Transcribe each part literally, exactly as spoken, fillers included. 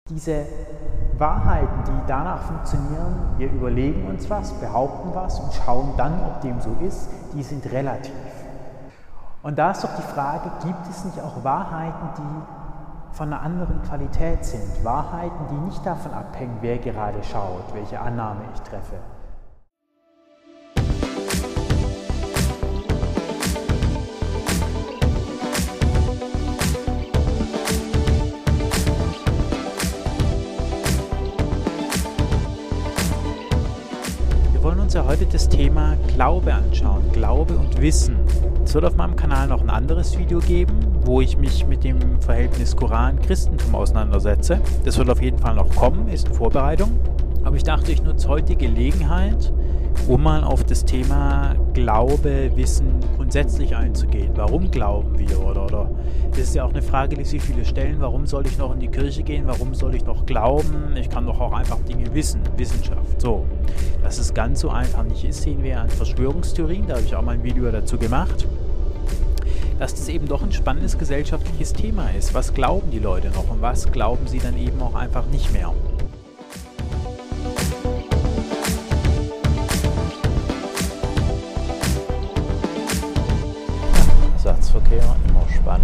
Diese Wahrheiten, die danach funktionieren, wir überlegen uns was, behaupten was und schauen dann, ob dem so ist, die sind relativ. Und da ist doch die Frage, gibt es nicht auch Wahrheiten, die von einer anderen Qualität sind? Wahrheiten, die nicht davon abhängen, wer gerade schaut, welche Annahme ich treffe. Wir wollen uns ja heute das Thema Glaube anschauen, Glaube und Wissen. Es wird auf meinem Kanal noch ein anderes Video geben, wo ich mich mit dem Verhältnis Koran-Christentum auseinandersetze. Das wird auf jeden Fall noch kommen, ist in Vorbereitung. Aber ich dachte, ich nutze heute die Gelegenheit, um mal auf das Thema Glaube, Wissen grundsätzlich einzugehen. Warum glauben wir? Oder, oder das ist ja auch eine Frage, die sich viele stellen. Warum soll ich noch in die Kirche gehen? Warum soll ich noch glauben? Ich kann doch auch einfach Dinge wissen, Wissenschaft. So, dass es ganz so einfach nicht ist, sehen wir an Verschwörungstheorien. Da habe ich auch mal ein Video dazu gemacht. Dass das eben doch ein spannendes gesellschaftliches Thema ist. Was glauben die Leute noch und was glauben sie dann eben auch einfach nicht mehr? Ersatzverkehr, immer spannend.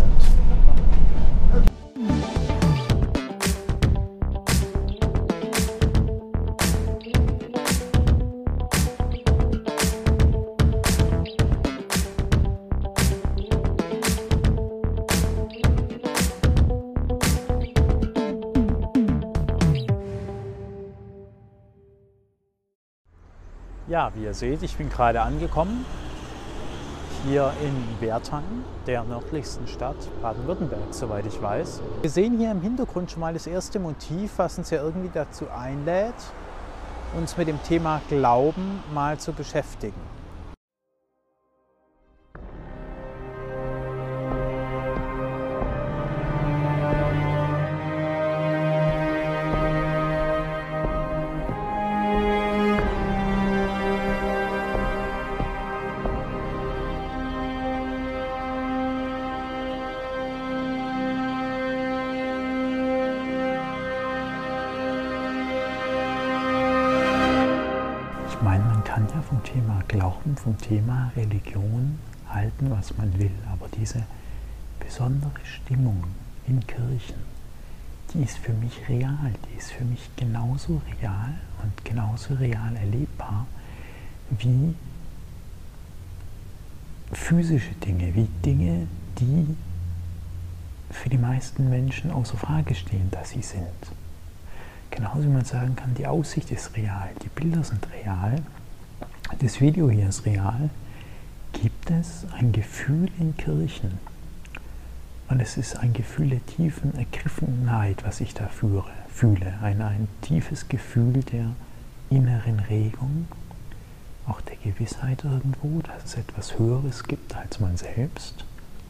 Ja, wie ihr seht, ich bin gerade angekommen, hier in Wertheim, der nördlichsten Stadt Baden-Württembergs, soweit ich weiß. Wir sehen hier im Hintergrund schon mal das erste Motiv, was uns ja irgendwie dazu einlädt, uns mit dem Thema Glauben mal zu beschäftigen. Ich meine, man kann ja vom Thema Glauben, vom Thema Religion halten, was man will, aber diese besondere Stimmung in Kirchen, die ist für mich real, die ist für mich genauso real und genauso real erlebbar wie physische Dinge, wie Dinge, die für die meisten Menschen außer Frage stehen, dass sie sind. Genauso wie man sagen kann, die Aussicht ist real, die Bilder sind real, das Video hier ist real, gibt es ein Gefühl in Kirchen. Und es ist ein Gefühl der tiefen Ergriffenheit, was ich da führe, fühle. Ein, ein tiefes Gefühl der inneren Regung, auch der Gewissheit irgendwo, dass es etwas Höheres gibt als man selbst.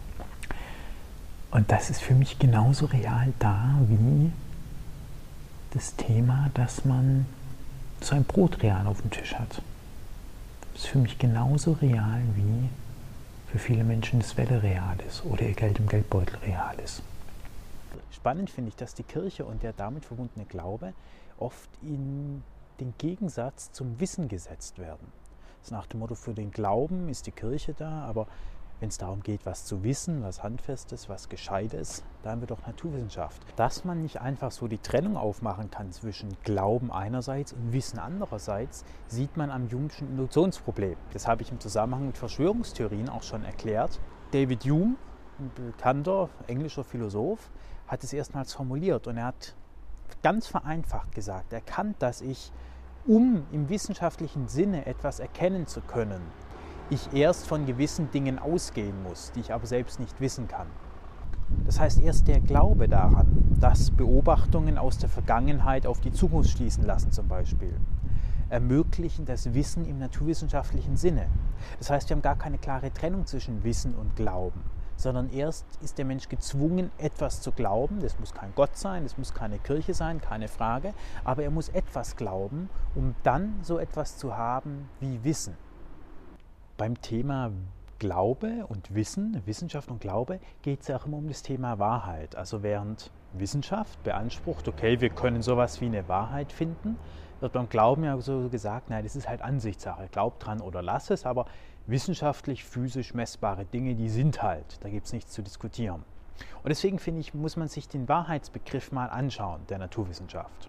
Und das ist für mich genauso real da wie das Thema, dass man so ein Brot real auf dem Tisch hat. Das ist für mich genauso real, wie für viele Menschen das Wetter real ist oder ihr Geld im Geldbeutel real ist. Spannend finde ich, dass die Kirche und der damit verbundene Glaube oft in den Gegensatz zum Wissen gesetzt werden. Das ist nach dem Motto, für den Glauben ist die Kirche da, aber wenn es darum geht, was zu wissen, was Handfestes, was Gescheites, da haben wir doch Naturwissenschaft. Dass man nicht einfach so die Trennung aufmachen kann zwischen Glauben einerseits und Wissen andererseits, sieht man am Hume'schen Induktionsproblem. Das habe ich im Zusammenhang mit Verschwörungstheorien auch schon erklärt. David Hume, ein bekannter englischer Philosoph, hat es erstmals formuliert und er hat ganz vereinfacht gesagt, er kann, dass ich, um im wissenschaftlichen Sinne etwas erkennen zu können, ich erst von gewissen Dingen ausgehen muss, die ich aber selbst nicht wissen kann. Das heißt, erst der Glaube daran, dass Beobachtungen aus der Vergangenheit auf die Zukunft schließen lassen zum Beispiel, ermöglichen das Wissen im naturwissenschaftlichen Sinne. Das heißt, wir haben gar keine klare Trennung zwischen Wissen und Glauben, sondern erst ist der Mensch gezwungen, etwas zu glauben. Das muss kein Gott sein, das muss keine Kirche sein, keine Frage, aber er muss etwas glauben, um dann so etwas zu haben wie Wissen. Beim Thema Glaube und Wissen, Wissenschaft und Glaube, geht es ja auch immer um das Thema Wahrheit. Also während Wissenschaft beansprucht, okay, wir können sowas wie eine Wahrheit finden, wird beim Glauben ja so gesagt, nein, das ist halt Ansichtssache, glaub dran oder lass es, aber wissenschaftlich, physisch messbare Dinge, die sind halt, da gibt es nichts zu diskutieren. Und deswegen finde ich, muss man sich den Wahrheitsbegriff mal anschauen, der Naturwissenschaft.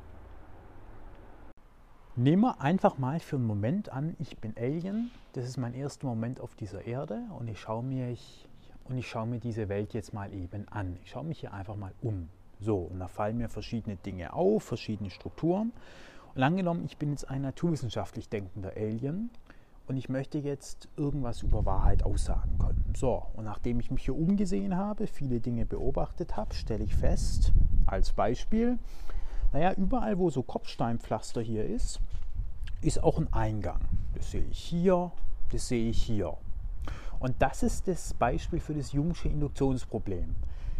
Nehmen wir einfach mal für einen Moment an, ich bin Alien, das ist mein erster Moment auf dieser Erde und ich schaue mir, ich, und ich schaue mir diese Welt jetzt mal eben an. Ich schaue mich hier einfach mal um. So, und da fallen mir verschiedene Dinge auf, verschiedene Strukturen. Und angenommen, ich bin jetzt ein naturwissenschaftlich denkender Alien und ich möchte jetzt irgendwas über Wahrheit aussagen können. So, und nachdem ich mich hier umgesehen habe, viele Dinge beobachtet habe, stelle ich fest, als Beispiel, naja, überall, wo so Kopfsteinpflaster hier ist, ist auch ein Eingang. Das sehe ich hier, das sehe ich hier. Und das ist das Beispiel für das Jungsche Induktionsproblem.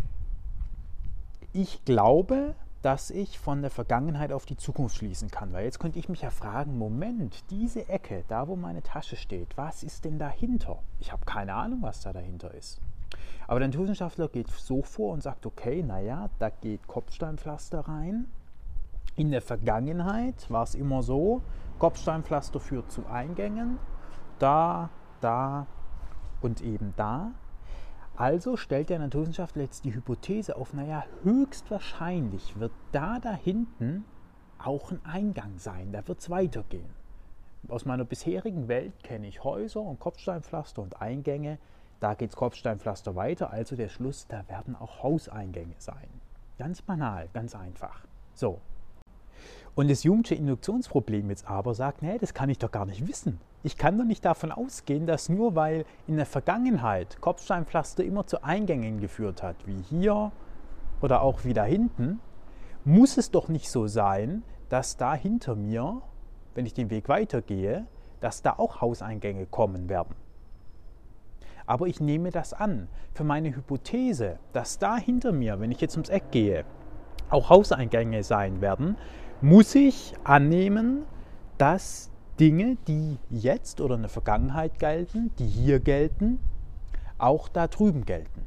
Ich glaube, dass ich von der Vergangenheit auf die Zukunft schließen kann. Weil jetzt könnte ich mich ja fragen, Moment, diese Ecke, da wo meine Tasche steht, was ist denn dahinter? Ich habe keine Ahnung, was da dahinter ist. Aber der Naturwissenschaftler geht so vor und sagt, okay, naja, da geht Kopfsteinpflaster rein. In der Vergangenheit war es immer so, Kopfsteinpflaster führt zu Eingängen, da, da und eben da. Also stellt der Naturwissenschaftler jetzt die Hypothese auf, naja, höchstwahrscheinlich wird da da hinten auch ein Eingang sein, da wird es weitergehen. Aus meiner bisherigen Welt kenne ich Häuser und Kopfsteinpflaster und Eingänge, da geht es Kopfsteinpflaster weiter, also der Schluss, da werden auch Hauseingänge sein. Ganz banal, ganz einfach. So. Und das Jungsche Induktionsproblem jetzt aber sagt, nee, das kann ich doch gar nicht wissen. Ich kann doch nicht davon ausgehen, dass nur weil in der Vergangenheit Kopfsteinpflaster immer zu Eingängen geführt hat, wie hier oder auch wie da hinten, muss es doch nicht so sein, dass da hinter mir, wenn ich den Weg weitergehe, dass da auch Hauseingänge kommen werden. Aber ich nehme das an. Für meine Hypothese, dass da hinter mir, wenn ich jetzt ums Eck gehe, auch Hauseingänge sein werden, muss ich annehmen, dass Dinge, die jetzt oder in der Vergangenheit gelten, die hier gelten, auch da drüben gelten.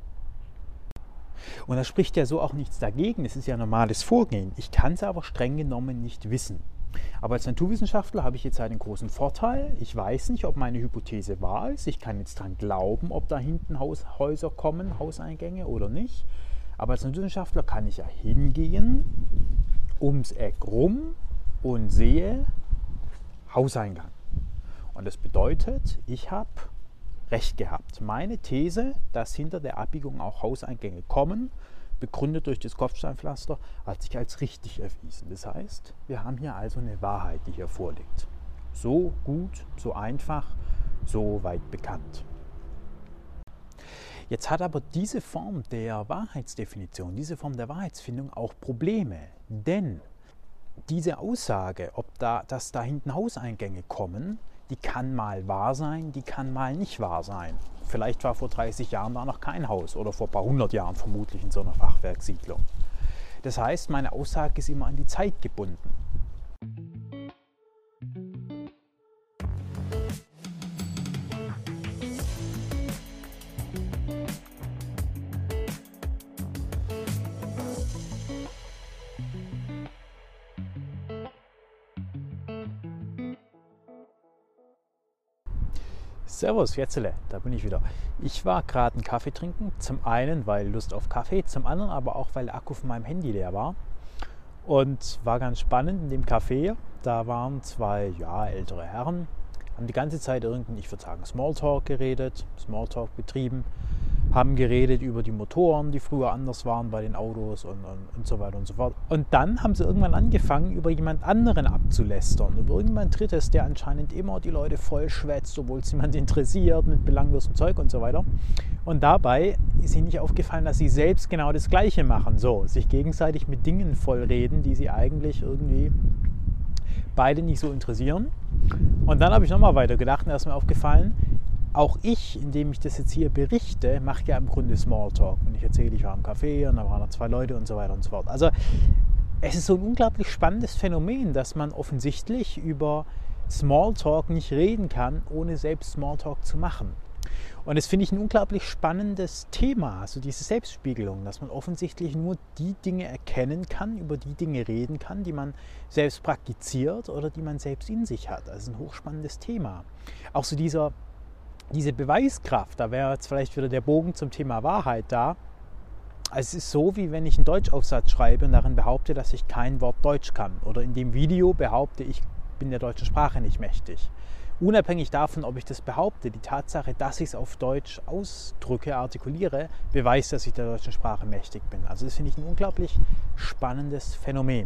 Und da spricht ja so auch nichts dagegen, es ist ja normales Vorgehen. Ich kann es aber streng genommen nicht wissen. Aber als Naturwissenschaftler habe ich jetzt einen großen Vorteil. Ich weiß nicht, ob meine Hypothese wahr ist. Ich kann jetzt dran glauben, ob da hinten Haus, Häuser kommen, Hauseingänge oder nicht. Aber als Naturwissenschaftler kann ich ja hingehen, ums Eck rum und sehe Hauseingang. Und das bedeutet, ich habe recht gehabt. Meine These, dass hinter der Abbiegung auch Hauseingänge kommen, begründet durch das Kopfsteinpflaster, hat sich als richtig erwiesen. Das heißt, wir haben hier also eine Wahrheit, die hier vorliegt. So gut, so einfach, so weit bekannt. Jetzt hat aber diese Form der Wahrheitsdefinition, diese Form der Wahrheitsfindung auch Probleme. Denn diese Aussage, ob da, dass da hinten Hauseingänge kommen, die kann mal wahr sein, die kann mal nicht wahr sein. Vielleicht war vor dreißig Jahren da noch kein Haus oder vor ein paar hundert Jahren vermutlich in so einer Fachwerksiedlung. Das heißt, meine Aussage ist immer an die Zeit gebunden. Servus, Jetzele, da bin ich wieder. Ich war gerade einen Kaffee trinken. Zum einen, weil Lust auf Kaffee, zum anderen aber auch, weil der Akku von meinem Handy leer war. Und war ganz spannend in dem Café. Da waren zwei ja, ältere Herren, haben die ganze Zeit irgendein, ich würde sagen, Smalltalk geredet, Smalltalk betrieben, haben geredet über die Motoren, die früher anders waren bei den Autos und, und, und so weiter und so fort. Und dann haben sie irgendwann angefangen, über jemand anderen abzulästern, über irgendjemand Drittes, der anscheinend immer die Leute voll schwätzt, obwohl es jemand interessiert, mit belanglosem Zeug und so weiter. Und dabei ist ihnen nicht aufgefallen, dass sie selbst genau das Gleiche machen. So, sich gegenseitig mit Dingen vollreden, die sie eigentlich irgendwie beide nicht so interessieren. Und dann habe ich nochmal weitergedacht und da ist mir aufgefallen, auch ich, indem ich das jetzt hier berichte, mache ja im Grunde Smalltalk. Und ich erzähle, ich war im Café und da waren noch zwei Leute und so weiter und so fort. Also es ist so ein unglaublich spannendes Phänomen, dass man offensichtlich über Smalltalk nicht reden kann, ohne selbst Smalltalk zu machen. Und das finde ich ein unglaublich spannendes Thema, also diese Selbstspiegelung, dass man offensichtlich nur die Dinge erkennen kann, über die Dinge reden kann, die man selbst praktiziert oder die man selbst in sich hat. Also ein hochspannendes Thema. Auch so dieser, diese Beweiskraft, da wäre jetzt vielleicht wieder der Bogen zum Thema Wahrheit da. Also es ist so, wie wenn ich einen Deutschaufsatz schreibe und darin behaupte, dass ich kein Wort Deutsch kann. Oder in dem Video behaupte, ich bin der deutschen Sprache nicht mächtig. Unabhängig davon, ob ich das behaupte, die Tatsache, dass ich es auf Deutsch ausdrücke, artikuliere, beweist, dass ich der deutschen Sprache mächtig bin. Also das finde ich ein unglaublich spannendes Phänomen.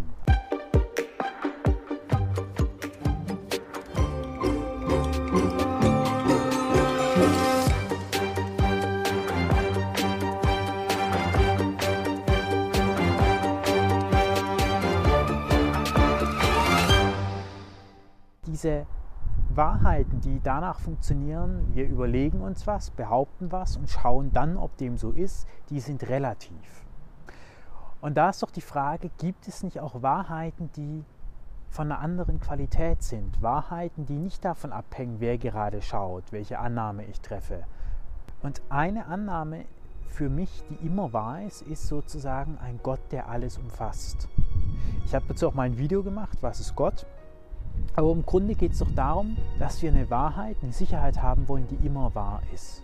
Diese Wahrheiten, die danach funktionieren, wir überlegen uns was, behaupten was und schauen dann, ob dem so ist, die sind relativ. Und da ist doch die Frage, gibt es nicht auch Wahrheiten, die von einer anderen Qualität sind? Wahrheiten, die nicht davon abhängen, wer gerade schaut, welche Annahme ich treffe. Und eine Annahme für mich, die immer wahr ist, ist sozusagen ein Gott, der alles umfasst. Ich habe dazu auch mal ein Video gemacht, was ist Gott? Aber im Grunde geht es doch darum, dass wir eine Wahrheit, eine Sicherheit haben wollen, die immer wahr ist.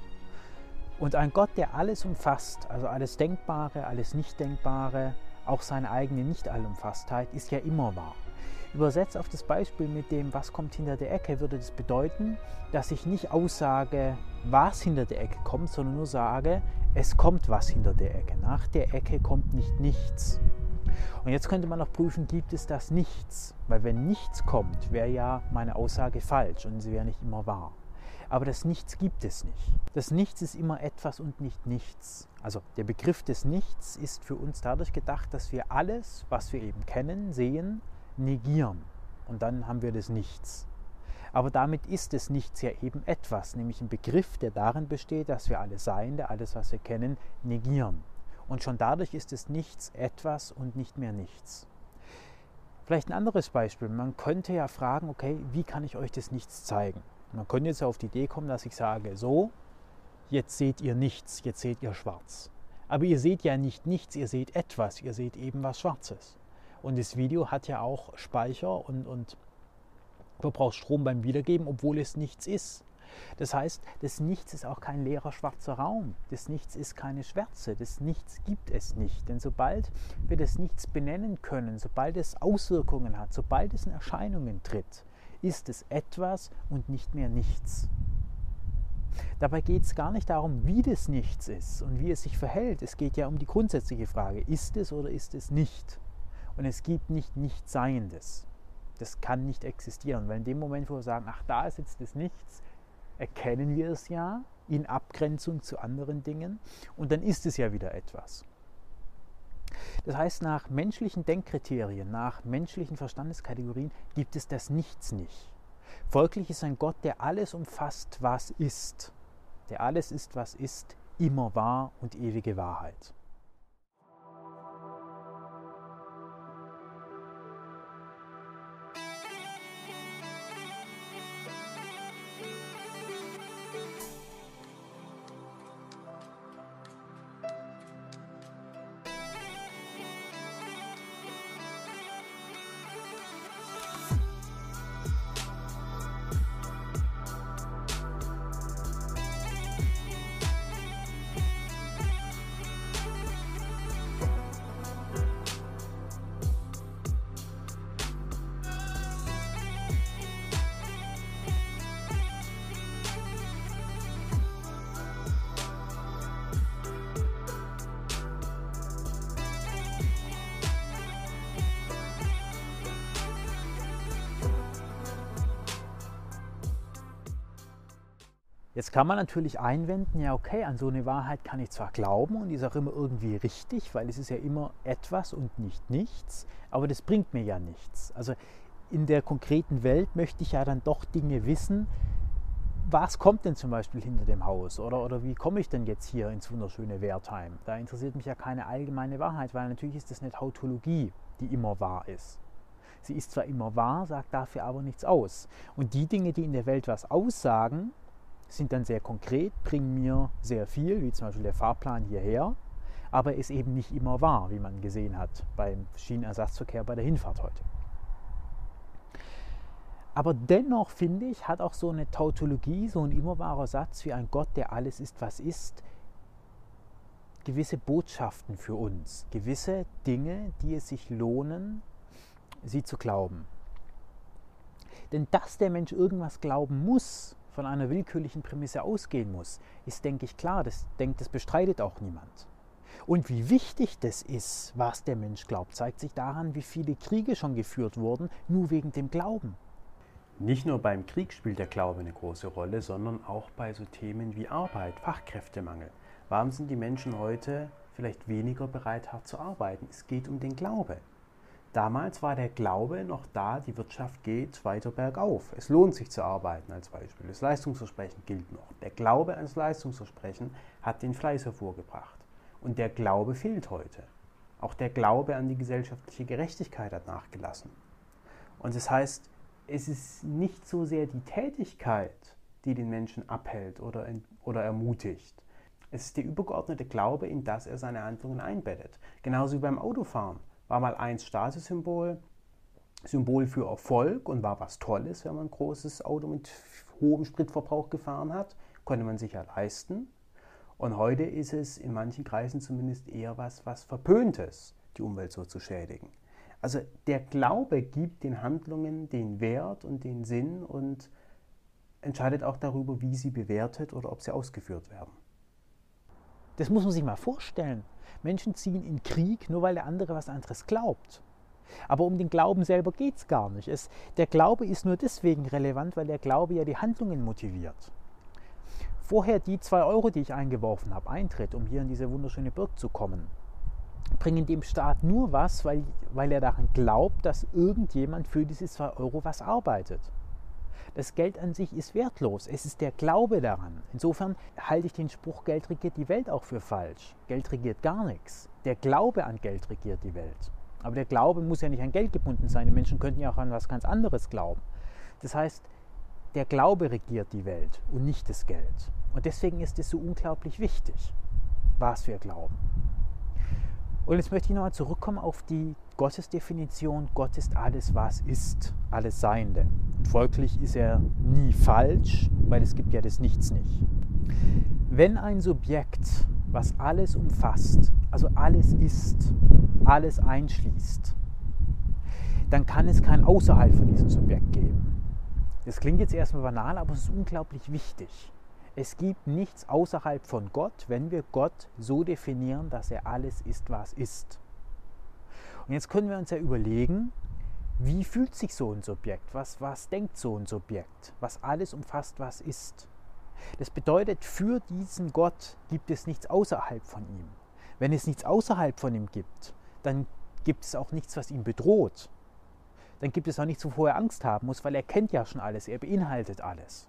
Und ein Gott, der alles umfasst, also alles Denkbare, alles Nicht-Denkbare, auch seine eigene Nicht-Allumfasstheit, ist ja immer wahr. Übersetzt auf das Beispiel mit dem, was kommt hinter der Ecke, würde das bedeuten, dass ich nicht aussage, was hinter der Ecke kommt, sondern nur sage, es kommt was hinter der Ecke. Nach der Ecke kommt nicht nichts. Und jetzt könnte man noch prüfen, gibt es das Nichts? Weil wenn nichts kommt, wäre ja meine Aussage falsch und sie wäre nicht immer wahr. Aber das Nichts gibt es nicht. Das Nichts ist immer etwas und nicht nichts. Also der Begriff des Nichts ist für uns dadurch gedacht, dass wir alles, was wir eben kennen, sehen, negieren. Und dann haben wir das Nichts. Aber damit ist das Nichts ja eben etwas, nämlich ein Begriff, der darin besteht, dass wir alles Seiende, alles, was wir kennen, negieren. Und schon dadurch ist es Nichts etwas und nicht mehr nichts. Vielleicht ein anderes Beispiel. Man könnte ja fragen, okay, wie kann ich euch das Nichts zeigen? Man könnte jetzt auf die Idee kommen, dass ich sage, so, jetzt seht ihr nichts, jetzt seht ihr schwarz. Aber ihr seht ja nicht nichts, ihr seht etwas, ihr seht eben was Schwarzes. Und das Video hat ja auch Speicher und, und verbraucht Strom beim Wiedergeben, obwohl es nichts ist. Das heißt, das Nichts ist auch kein leerer schwarzer Raum. Das Nichts ist keine Schwärze. Das Nichts gibt es nicht. Denn sobald wir das Nichts benennen können, sobald es Auswirkungen hat, sobald es in Erscheinungen tritt, ist es etwas und nicht mehr nichts. Dabei geht es gar nicht darum, wie das Nichts ist und wie es sich verhält. Es geht ja um die grundsätzliche Frage, ist es oder ist es nicht? Und es gibt nicht Nichtseiendes. Das kann nicht existieren, weil in dem Moment, wo wir sagen, ach, da ist jetzt das Nichts, erkennen wir es ja in Abgrenzung zu anderen Dingen und dann ist es ja wieder etwas. Das heißt, nach menschlichen Denkkriterien, nach menschlichen Verstandeskategorien gibt es das Nichts nicht. Folglich ist ein Gott, der alles umfasst, was ist. Der alles ist, was ist, immer wahr und ewige Wahrheit. Jetzt kann man natürlich einwenden, ja okay, an so eine Wahrheit kann ich zwar glauben und die ist auch immer irgendwie richtig, weil es ist ja immer etwas und nicht nichts, aber das bringt mir ja nichts. Also in der konkreten Welt möchte ich ja dann doch Dinge wissen, was kommt denn zum Beispiel hinter dem Haus oder, oder wie komme ich denn jetzt hier ins wunderschöne Wertheim? Da interessiert mich ja keine allgemeine Wahrheit, weil natürlich ist das eine Tautologie, die immer wahr ist. Sie ist zwar immer wahr, sagt dafür aber nichts aus. Und die Dinge, die in der Welt was aussagen, sind dann sehr konkret, bringen mir sehr viel, wie zum Beispiel der Fahrplan hierher, aber ist eben nicht immer wahr, wie man gesehen hat beim Schienenersatzverkehr bei der Hinfahrt heute. Aber dennoch, finde ich, hat auch so eine Tautologie, so ein immer wahrer Satz wie ein Gott, der alles ist, was ist, gewisse Botschaften für uns, gewisse Dinge, die es sich lohnen, sie zu glauben. Denn dass der Mensch irgendwas glauben muss, von einer willkürlichen Prämisse ausgehen muss, ist, denke ich, klar. Das, denke, das bestreitet auch niemand. Und wie wichtig das ist, was der Mensch glaubt, zeigt sich daran, wie viele Kriege schon geführt wurden, nur wegen dem Glauben. Nicht nur beim Krieg spielt der Glaube eine große Rolle, sondern auch bei so Themen wie Arbeit, Fachkräftemangel. Warum sind die Menschen heute vielleicht weniger bereit, hart zu arbeiten? Es geht um den Glaube. Damals war der Glaube noch da, die Wirtschaft geht weiter bergauf. Es lohnt sich zu arbeiten als Beispiel. Das Leistungsversprechen gilt noch. Der Glaube ans Leistungsversprechen hat den Fleiß hervorgebracht. Und der Glaube fehlt heute. Auch der Glaube an die gesellschaftliche Gerechtigkeit hat nachgelassen. Und das heißt, es ist nicht so sehr die Tätigkeit, die den Menschen abhält oder, oder ermutigt. Es ist der übergeordnete Glaube, in das er seine Handlungen einbettet. Genauso wie beim Autofahren. War mal eins Statussymbol, Symbol für Erfolg und war was Tolles, wenn man ein großes Auto mit hohem Spritverbrauch gefahren hat. Konnte man sich ja leisten. Und heute ist es in manchen Kreisen zumindest eher was, was Verpöntes, die Umwelt so zu schädigen. Also der Glaube gibt den Handlungen den Wert und den Sinn und entscheidet auch darüber, wie sie bewertet oder ob sie ausgeführt werden. Das muss man sich mal vorstellen. Menschen ziehen in Krieg, nur weil der andere was anderes glaubt. Aber um den Glauben selber geht es gar nicht. Es, der Glaube ist nur deswegen relevant, weil der Glaube ja die Handlungen motiviert. Vorher die zwei Euro, die ich eingeworfen habe, Eintritt, um hier in diese wunderschöne Burg zu kommen, bringen dem Staat nur was, weil, weil er daran glaubt, dass irgendjemand für diese zwei Euro was arbeitet. Das Geld an sich ist wertlos. Es ist der Glaube daran. Insofern halte ich den Spruch, Geld regiert die Welt, auch für falsch. Geld regiert gar nichts. Der Glaube an Geld regiert die Welt. Aber der Glaube muss ja nicht an Geld gebunden sein. Die Menschen könnten ja auch an was ganz anderes glauben. Das heißt, der Glaube regiert die Welt und nicht das Geld. Und deswegen ist es so unglaublich wichtig, was wir glauben. Und jetzt möchte ich nochmal zurückkommen auf die Gottesdefinition. Gott ist alles, was ist, alles Seiende. Und folglich ist er nie falsch, weil es gibt ja das Nichts nicht. Wenn ein Subjekt, was alles umfasst, also alles ist, alles einschließt, dann kann es kein Außerhalb von diesem Subjekt geben. Das klingt jetzt erstmal banal, aber es ist unglaublich wichtig. Es gibt nichts außerhalb von Gott, wenn wir Gott so definieren, dass er alles ist, was ist. Und jetzt können wir uns ja überlegen, wie fühlt sich so ein Subjekt? Was, was denkt so ein Subjekt? Was alles umfasst, was ist? Das bedeutet, für diesen Gott gibt es nichts außerhalb von ihm. Wenn es nichts außerhalb von ihm gibt, dann gibt es auch nichts, was ihn bedroht. Dann gibt es auch nichts, wovor er Angst haben muss, weil er kennt ja schon alles, er beinhaltet alles.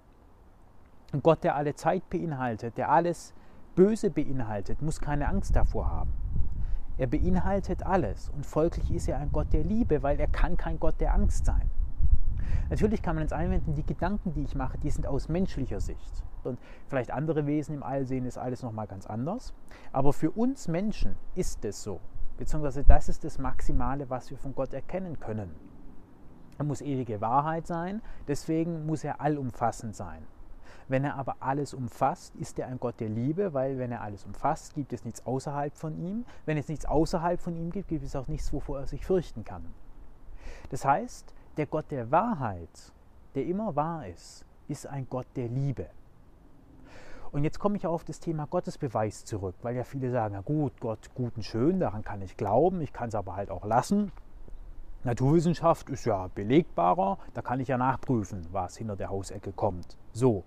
Ein Gott, der alle Zeit beinhaltet, der alles Böse beinhaltet, muss keine Angst davor haben. Er beinhaltet alles und folglich ist er ein Gott der Liebe, weil er kann kein Gott der Angst sein. Natürlich kann man jetzt einwenden, die Gedanken, die ich mache, die sind aus menschlicher Sicht. Und vielleicht andere Wesen im All sehen ist alles nochmal ganz anders. Aber für uns Menschen ist es so, beziehungsweise das ist das Maximale, was wir von Gott erkennen können. Er muss ewige Wahrheit sein, deswegen muss er allumfassend sein. Wenn er aber alles umfasst, ist er ein Gott der Liebe, weil wenn er alles umfasst, gibt es nichts außerhalb von ihm. Wenn es nichts außerhalb von ihm gibt, gibt es auch nichts, wovor er sich fürchten kann. Das heißt, der Gott der Wahrheit, der immer wahr ist, ist ein Gott der Liebe. Und jetzt komme ich auf das Thema Gottesbeweis zurück, weil ja viele sagen, na gut, Gott gut und schön, daran kann ich glauben, ich kann es aber halt auch lassen. Naturwissenschaft ist ja belegbarer, da kann ich ja nachprüfen, was hinter der Hausecke kommt. So.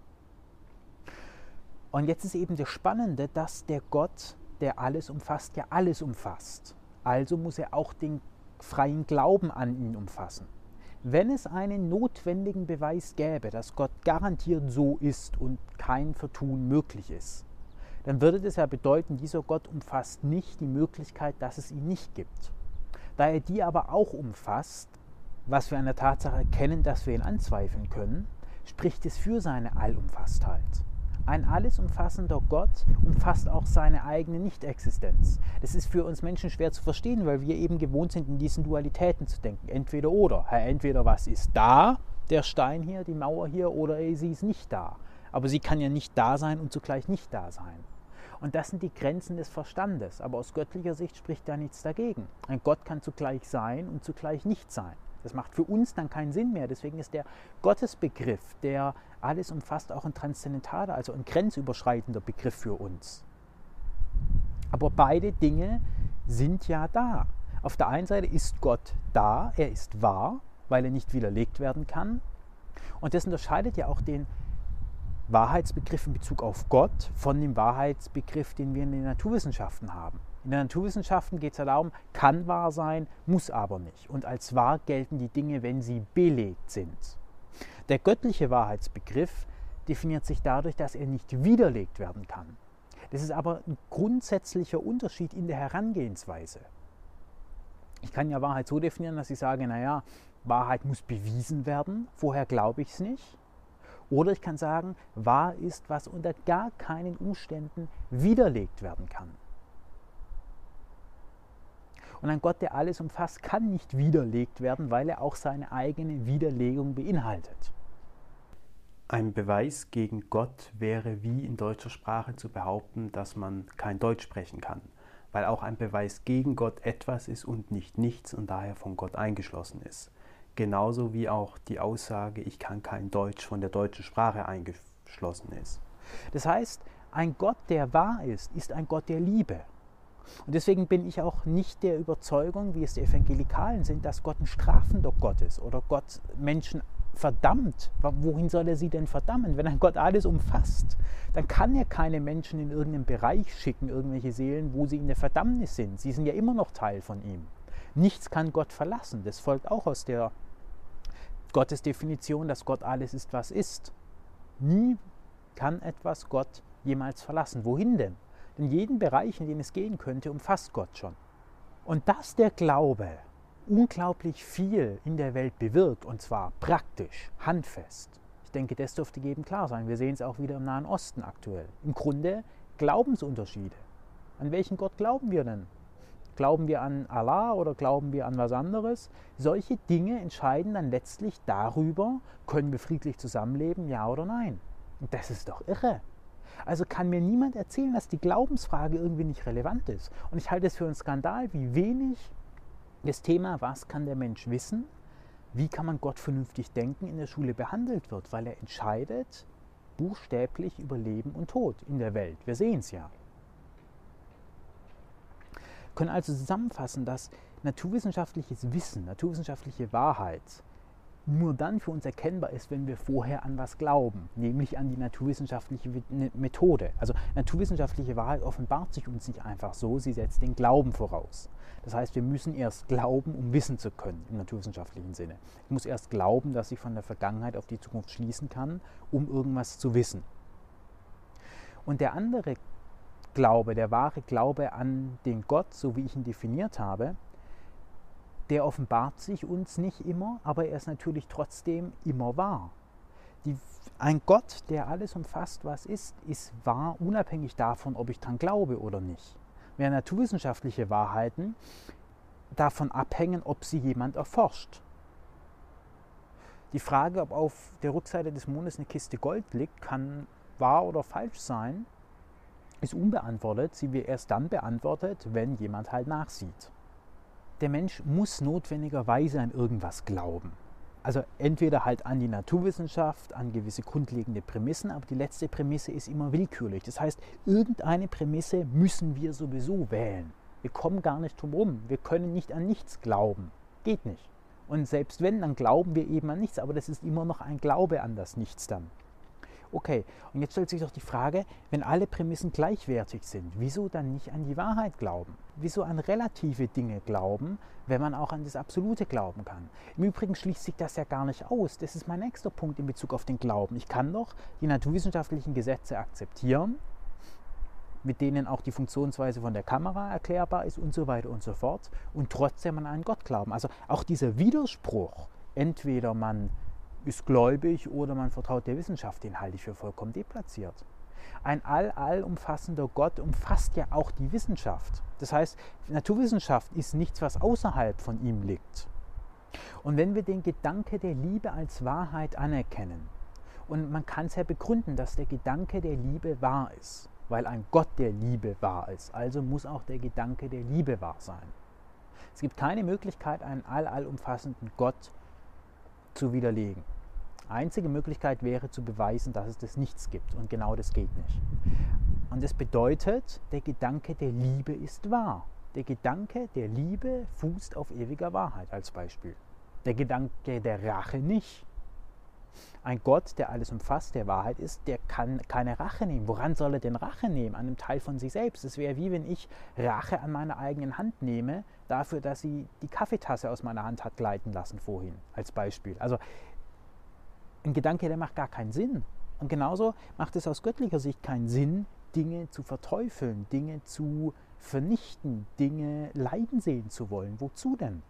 Und jetzt ist eben das Spannende, dass der Gott, der alles umfasst, ja alles umfasst. Also muss er auch den freien Glauben an ihn umfassen. Wenn es einen notwendigen Beweis gäbe, dass Gott garantiert so ist und kein Vertun möglich ist, dann würde das ja bedeuten, dieser Gott umfasst nicht die Möglichkeit, dass es ihn nicht gibt. Da er die aber auch umfasst, was wir an der Tatsache erkennen, dass wir ihn anzweifeln können, spricht es für seine Allumfasstheit. Ein alles umfassender Gott umfasst auch seine eigene Nichtexistenz. Das ist für uns Menschen schwer zu verstehen, weil wir eben gewohnt sind, in diesen Dualitäten zu denken. Entweder oder. Entweder was ist da, der Stein hier, die Mauer hier, oder sie ist nicht da. Aber sie kann ja nicht da sein und zugleich nicht da sein. Und das sind die Grenzen des Verstandes. Aber aus göttlicher Sicht spricht da nichts dagegen. Ein Gott kann zugleich sein und zugleich nicht sein. Das macht für uns dann keinen Sinn mehr. Deswegen ist der Gottesbegriff, der alles umfasst, auch ein transzendentaler, also ein grenzüberschreitender Begriff für uns. Aber beide Dinge sind ja da. Auf der einen Seite ist Gott da, er ist wahr, weil er nicht widerlegt werden kann. Und das unterscheidet ja auch den Wahrheitsbegriff in Bezug auf Gott von dem Wahrheitsbegriff, den wir in den Naturwissenschaften haben. In den Naturwissenschaften geht es ja darum, kann wahr sein, muss aber nicht. Und als wahr gelten die Dinge, wenn sie belegt sind. Der göttliche Wahrheitsbegriff definiert sich dadurch, dass er nicht widerlegt werden kann. Das ist aber ein grundsätzlicher Unterschied in der Herangehensweise. Ich kann ja Wahrheit so definieren, dass ich sage, naja, Wahrheit muss bewiesen werden, vorher glaube ich es nicht. Oder ich kann sagen, wahr ist, was unter gar keinen Umständen widerlegt werden kann. Und ein Gott, der alles umfasst, kann nicht widerlegt werden, weil er auch seine eigene Widerlegung beinhaltet. Ein Beweis gegen Gott wäre wie in deutscher Sprache zu behaupten, dass man kein Deutsch sprechen kann, weil auch ein Beweis gegen Gott etwas ist und nicht nichts und daher von Gott eingeschlossen ist. Genauso wie auch die Aussage, ich kann kein Deutsch, von der deutschen Sprache eingeschlossen ist. Das heißt, ein Gott, der wahr ist, ist ein Gott der Liebe. Und deswegen bin ich auch nicht der Überzeugung, wie es die Evangelikalen sind, dass Gott ein strafender Gott ist oder Gott Menschen verdammt. Wohin soll er sie denn verdammen? Wenn ein Gott alles umfasst, dann kann er keine Menschen in irgendeinen Bereich schicken, irgendwelche Seelen, wo sie in der Verdammnis sind. Sie sind ja immer noch Teil von ihm. Nichts kann Gott verlassen. Das folgt auch aus der Gottesdefinition, dass Gott alles ist, was ist. Nie kann etwas Gott jemals verlassen. Wohin denn? Denn jeden Bereich, in den es gehen könnte, umfasst Gott schon. Und dass der Glaube unglaublich viel in der Welt bewirkt, und zwar praktisch, handfest, ich denke, das dürfte jedem klar sein. Wir sehen es auch wieder im Nahen Osten aktuell. Im Grunde Glaubensunterschiede. An welchen Gott glauben wir denn? Glauben wir an Allah oder glauben wir an was anderes? Solche Dinge entscheiden dann letztlich darüber, können wir friedlich zusammenleben, ja oder nein. Und das ist doch irre. Also kann mir niemand erzählen, dass die Glaubensfrage irgendwie nicht relevant ist. Und ich halte es für einen Skandal, wie wenig das Thema, was kann der Mensch wissen, wie kann man Gott vernünftig denken, in der Schule behandelt wird, weil er entscheidet buchstäblich über Leben und Tod in der Welt. Wir sehen es ja. Wir können also zusammenfassen, dass naturwissenschaftliches Wissen, naturwissenschaftliche Wahrheit nur dann für uns erkennbar ist, wenn wir vorher an was glauben, nämlich an die naturwissenschaftliche Methode. Also naturwissenschaftliche Wahrheit offenbart sich uns nicht einfach so, sie setzt den Glauben voraus. Das heißt, wir müssen erst glauben, um wissen zu können, im naturwissenschaftlichen Sinne. Ich muss erst glauben, dass ich von der Vergangenheit auf die Zukunft schließen kann, um irgendwas zu wissen. Und der andere Glaube, der wahre Glaube an den Gott, so wie ich ihn definiert habe, der offenbart sich uns nicht immer, aber er ist natürlich trotzdem immer wahr. Die, ein Gott, der alles umfasst, was ist, ist wahr, unabhängig davon, ob ich daran glaube oder nicht. Während naturwissenschaftliche Wahrheiten davon abhängen, ob sie jemand erforscht. Die Frage, ob auf der Rückseite des Mondes eine Kiste Gold liegt, kann wahr oder falsch sein, ist unbeantwortet. Sie wird erst dann beantwortet, wenn jemand halt nachsieht. Der Mensch muss notwendigerweise an irgendwas glauben. Also entweder halt an die Naturwissenschaft, an gewisse grundlegende Prämissen, aber die letzte Prämisse ist immer willkürlich. Das heißt, irgendeine Prämisse müssen wir sowieso wählen. Wir kommen gar nicht drum rum. Wir können nicht an nichts glauben. Geht nicht. Und selbst wenn, dann glauben wir eben an nichts, aber das ist immer noch ein Glaube an das Nichts dann. Okay, und jetzt stellt sich doch die Frage, wenn alle Prämissen gleichwertig sind, wieso dann nicht an die Wahrheit glauben? Wieso an relative Dinge glauben, wenn man auch an das Absolute glauben kann? Im Übrigen schließt sich das ja gar nicht aus. Das ist mein nächster Punkt in Bezug auf den Glauben. Ich kann doch die naturwissenschaftlichen Gesetze akzeptieren, mit denen auch die Funktionsweise von der Kamera erklärbar ist und so weiter und so fort, und trotzdem an einen Gott glauben. Also auch dieser Widerspruch, entweder man ist gläubig oder man vertraut der Wissenschaft, den halte ich für vollkommen deplatziert. Ein all, allumfassender Gott umfasst ja auch die Wissenschaft. Das heißt, Naturwissenschaft ist nichts, was außerhalb von ihm liegt. Und wenn wir den Gedanke der Liebe als Wahrheit anerkennen, und man kann es ja begründen, dass der Gedanke der Liebe wahr ist, weil ein Gott der Liebe wahr ist, also muss auch der Gedanke der Liebe wahr sein. Es gibt keine Möglichkeit, einen all, allumfassenden Gott zu widerlegen. Einzige Möglichkeit wäre zu beweisen, dass es das nichts gibt, und genau das geht nicht. Und das bedeutet, der Gedanke der Liebe ist wahr. Der Gedanke der Liebe fußt auf ewiger Wahrheit als Beispiel. Der Gedanke der Rache nicht. Ein Gott, der alles umfasst, der Wahrheit ist, der kann keine Rache nehmen. Woran soll er denn Rache nehmen? An einem Teil von sich selbst. Es wäre wie wenn ich Rache an meiner eigenen Hand nehme, dafür, dass sie die Kaffeetasse aus meiner Hand hat gleiten lassen vorhin, als Beispiel. Also ein Gedanke, der macht gar keinen Sinn. Und genauso macht es aus göttlicher Sicht keinen Sinn, Dinge zu verteufeln, Dinge zu vernichten, Dinge leiden sehen zu wollen. Wozu denn?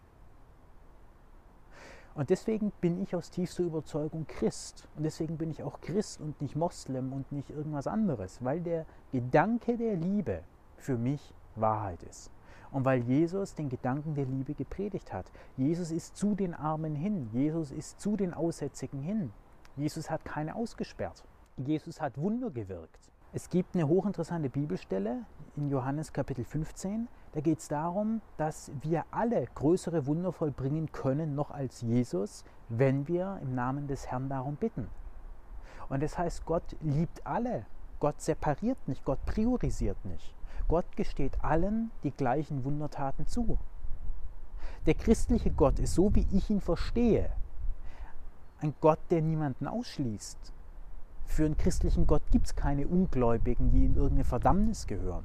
Und deswegen bin ich aus tiefster Überzeugung Christ. Und deswegen bin ich auch Christ und nicht Moslem und nicht irgendwas anderes. Weil der Gedanke der Liebe für mich Wahrheit ist. Und weil Jesus den Gedanken der Liebe gepredigt hat. Jesus ist zu den Armen hin. Jesus ist zu den Aussätzigen hin. Jesus hat keine ausgesperrt. Jesus hat Wunder gewirkt. Es gibt eine hochinteressante Bibelstelle in Johannes Kapitel fünfzehn. Da geht es darum, dass wir alle größere Wunder vollbringen können, noch als Jesus, wenn wir im Namen des Herrn darum bitten. Und das heißt, Gott liebt alle. Gott separiert nicht, Gott priorisiert nicht. Gott gesteht allen die gleichen Wundertaten zu. Der christliche Gott ist so, wie ich ihn verstehe, ein Gott, der niemanden ausschließt. Für einen christlichen Gott gibt es keine Ungläubigen, die in irgendeine Verdammnis gehören.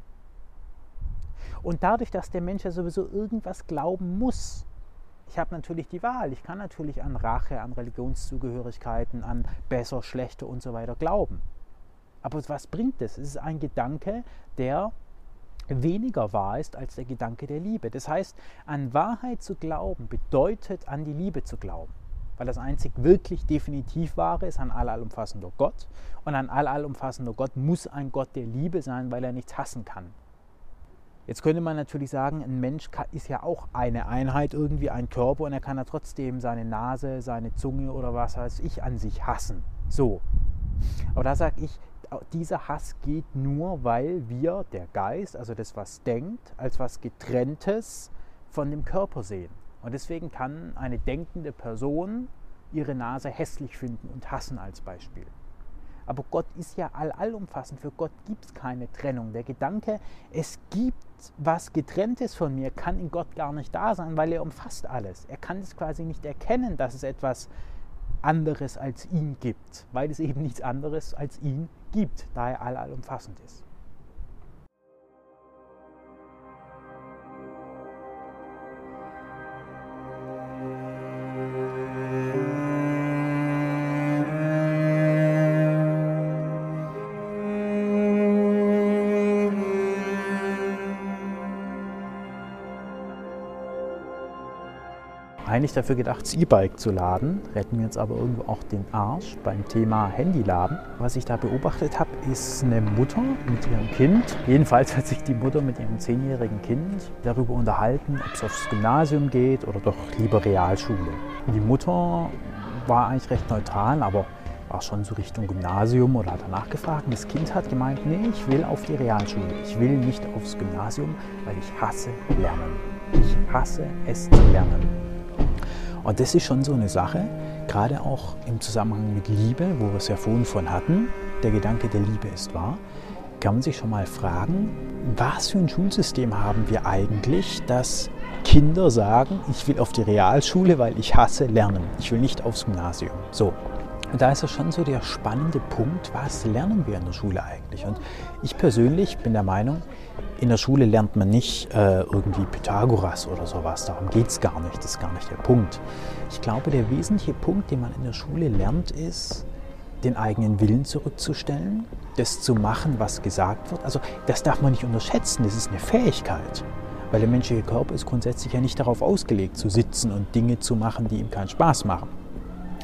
Und dadurch, dass der Mensch ja sowieso irgendwas glauben muss, ich habe natürlich die Wahl, ich kann natürlich an Rache, an Religionszugehörigkeiten, an besser, schlechter und so weiter glauben. Aber was bringt es? Es ist ein Gedanke, der weniger wahr ist als der Gedanke der Liebe. Das heißt, an Wahrheit zu glauben, bedeutet an die Liebe zu glauben. Weil das einzig wirklich definitiv Wahre ist ein allumfassender Gott. Und ein allumfassender Gott muss ein Gott der Liebe sein, weil er nichts hassen kann. Jetzt könnte man natürlich sagen, ein Mensch ist ja auch eine Einheit, irgendwie ein Körper, und er kann ja trotzdem seine Nase, seine Zunge oder was weiß ich an sich hassen. So. Aber da sage ich, dieser Hass geht nur, weil wir, der Geist, also das, was denkt, als was Getrenntes von dem Körper sehen. Und deswegen kann eine denkende Person ihre Nase hässlich finden und hassen als Beispiel. Aber Gott ist ja all, allumfassend. Für Gott gibt es keine Trennung. Der Gedanke, es gibt was Getrenntes von mir, kann in Gott gar nicht da sein, weil er umfasst alles. Er kann es quasi nicht erkennen, dass es etwas anderes als ihn gibt, weil es eben nichts anderes als ihn gibt, da er all, allumfassend ist. Eigentlich dafür gedacht, das E-Bike zu laden, retten wir jetzt aber irgendwo auch den Arsch beim Thema Handyladen. Was ich da beobachtet habe, ist eine Mutter mit ihrem Kind. Jedenfalls hat sich die Mutter mit ihrem zehnjährigen Kind darüber unterhalten, ob es aufs Gymnasium geht oder doch lieber Realschule. Die Mutter war eigentlich recht neutral, aber war schon so Richtung Gymnasium oder hat danach gefragt. Und das Kind hat gemeint, nee, ich will auf die Realschule. Ich will nicht aufs Gymnasium, weil ich hasse Lernen. Ich hasse es zu lernen. Und das ist schon so eine Sache, gerade auch im Zusammenhang mit Liebe, wo wir es ja vorhin von hatten, der Gedanke der Liebe ist wahr, kann man sich schon mal fragen, was für ein Schulsystem haben wir eigentlich, dass Kinder sagen, ich will auf die Realschule, weil ich hasse Lernen, ich will nicht aufs Gymnasium. So. Und da ist ja schon so der spannende Punkt, was lernen wir in der Schule eigentlich? Und ich persönlich bin der Meinung, in der Schule lernt man nicht äh, irgendwie Pythagoras oder sowas, darum geht es gar nicht, das ist gar nicht der Punkt. Ich glaube, der wesentliche Punkt, den man in der Schule lernt, ist, den eigenen Willen zurückzustellen, das zu machen, was gesagt wird. Also das darf man nicht unterschätzen, das ist eine Fähigkeit, weil der menschliche Körper ist grundsätzlich ja nicht darauf ausgelegt, zu sitzen und Dinge zu machen, die ihm keinen Spaß machen.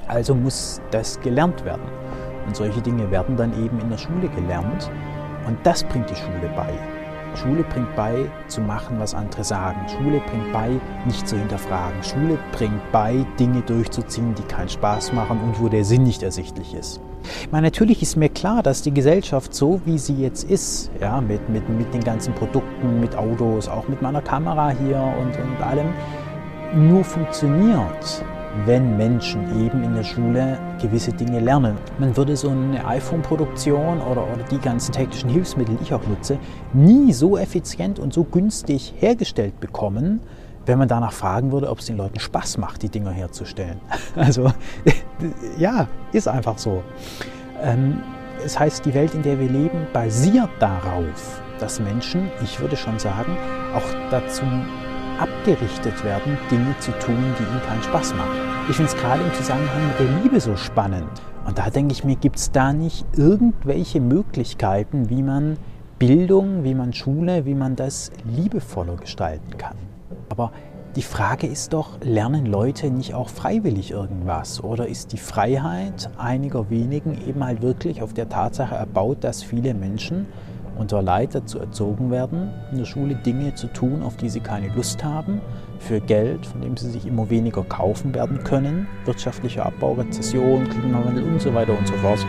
Also muss das gelernt werden. Und solche Dinge werden dann eben in der Schule gelernt. Und das bringt die Schule bei. Schule bringt bei, zu machen, was andere sagen. Schule bringt bei, nicht zu hinterfragen. Schule bringt bei, Dinge durchzuziehen, die keinen Spaß machen und wo der Sinn nicht ersichtlich ist. Ich meine, natürlich ist mir klar, dass die Gesellschaft so, wie sie jetzt ist, ja, mit, mit, mit den ganzen Produkten, mit Autos, auch mit meiner Kamera hier und, und allem, nur funktioniert, wenn Menschen eben in der Schule gewisse Dinge lernen. Man würde so eine iPhone-Produktion oder, oder die ganzen technischen Hilfsmittel, die ich auch nutze, nie so effizient und so günstig hergestellt bekommen, wenn man danach fragen würde, ob es den Leuten Spaß macht, die Dinger herzustellen. Also ja, ist einfach so. Ähm, es heißt, die Welt, in der wir leben, basiert darauf, dass Menschen, ich würde schon sagen, auch dazu abgerichtet werden, Dinge zu tun, die ihnen keinen Spaß machen. Ich finde es gerade im Zusammenhang mit der Liebe so spannend. Und da denke ich mir, gibt es da nicht irgendwelche Möglichkeiten, wie man Bildung, wie man Schule, wie man das liebevoller gestalten kann? Aber die Frage ist doch, lernen Leute nicht auch freiwillig irgendwas? Oder ist die Freiheit einiger wenigen eben halt wirklich auf der Tatsache erbaut, dass viele Menschen unter Leid dazu erzogen werden, in der Schule Dinge zu tun, auf die sie keine Lust haben, für Geld, von dem sie sich immer weniger kaufen werden können, wirtschaftlicher Abbau, Rezession, Klimawandel und so weiter und so fort.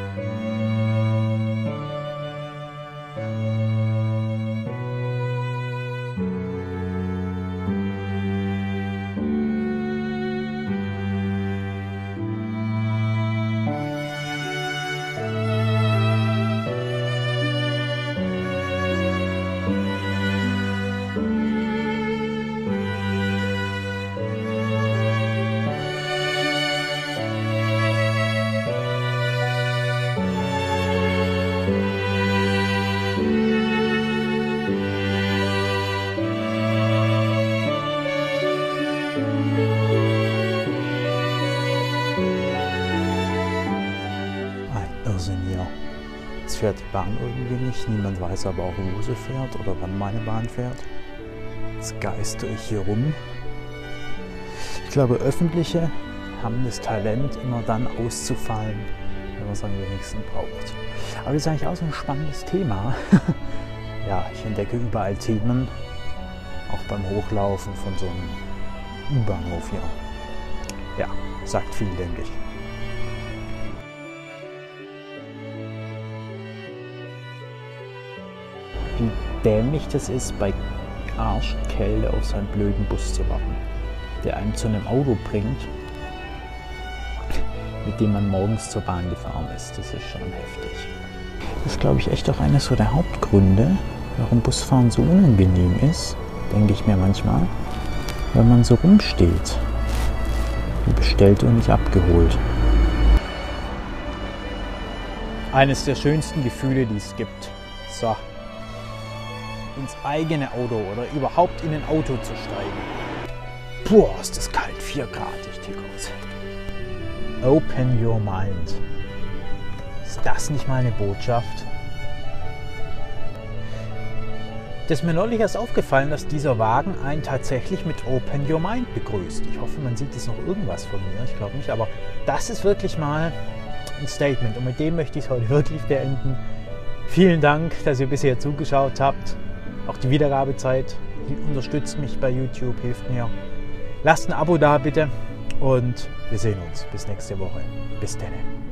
Jetzt fährt die Bahn irgendwie nicht, niemand weiß aber auch, wo sie fährt oder wann meine Bahn fährt. Jetzt geistere ich hier rum. Ich glaube, Öffentliche haben das Talent, immer dann auszufallen, wenn man es am wenigsten braucht. Aber das ist eigentlich auch so ein spannendes Thema. Ja, ich entdecke überall Themen, auch beim Hochlaufen von so einem U-Bahnhof hier. Ja, sagt viel, denke ich. Wie dämlich das ist, bei Arschkälte auf seinen blöden Bus zu warten, der einen zu einem Auto bringt, mit dem man morgens zur Bahn gefahren ist. Das ist schon heftig. Das ist, glaube ich, echt auch eines so der Hauptgründe, warum Busfahren so unangenehm ist, denke ich mir manchmal, wenn man so rumsteht, wie bestellt und nicht abgeholt. Eines der schönsten Gefühle, die es gibt. So. Ins eigene Auto oder überhaupt in ein Auto zu steigen. Boah, ist das kalt, vier Grad, ich tick aus. Open your mind. Ist das nicht mal eine Botschaft? Das ist mir neulich erst aufgefallen, dass dieser Wagen einen tatsächlich mit Open your mind begrüßt. Ich hoffe, man sieht jetzt noch irgendwas von mir, ich glaube nicht, aber das ist wirklich mal ein Statement und mit dem möchte ich es heute wirklich beenden. Vielen Dank, dass ihr bisher zugeschaut habt. Auch die Wiedergabezeit unterstützt mich bei YouTube, hilft mir. Lasst ein Abo da bitte und wir sehen uns. Bis nächste Woche. Bis dann.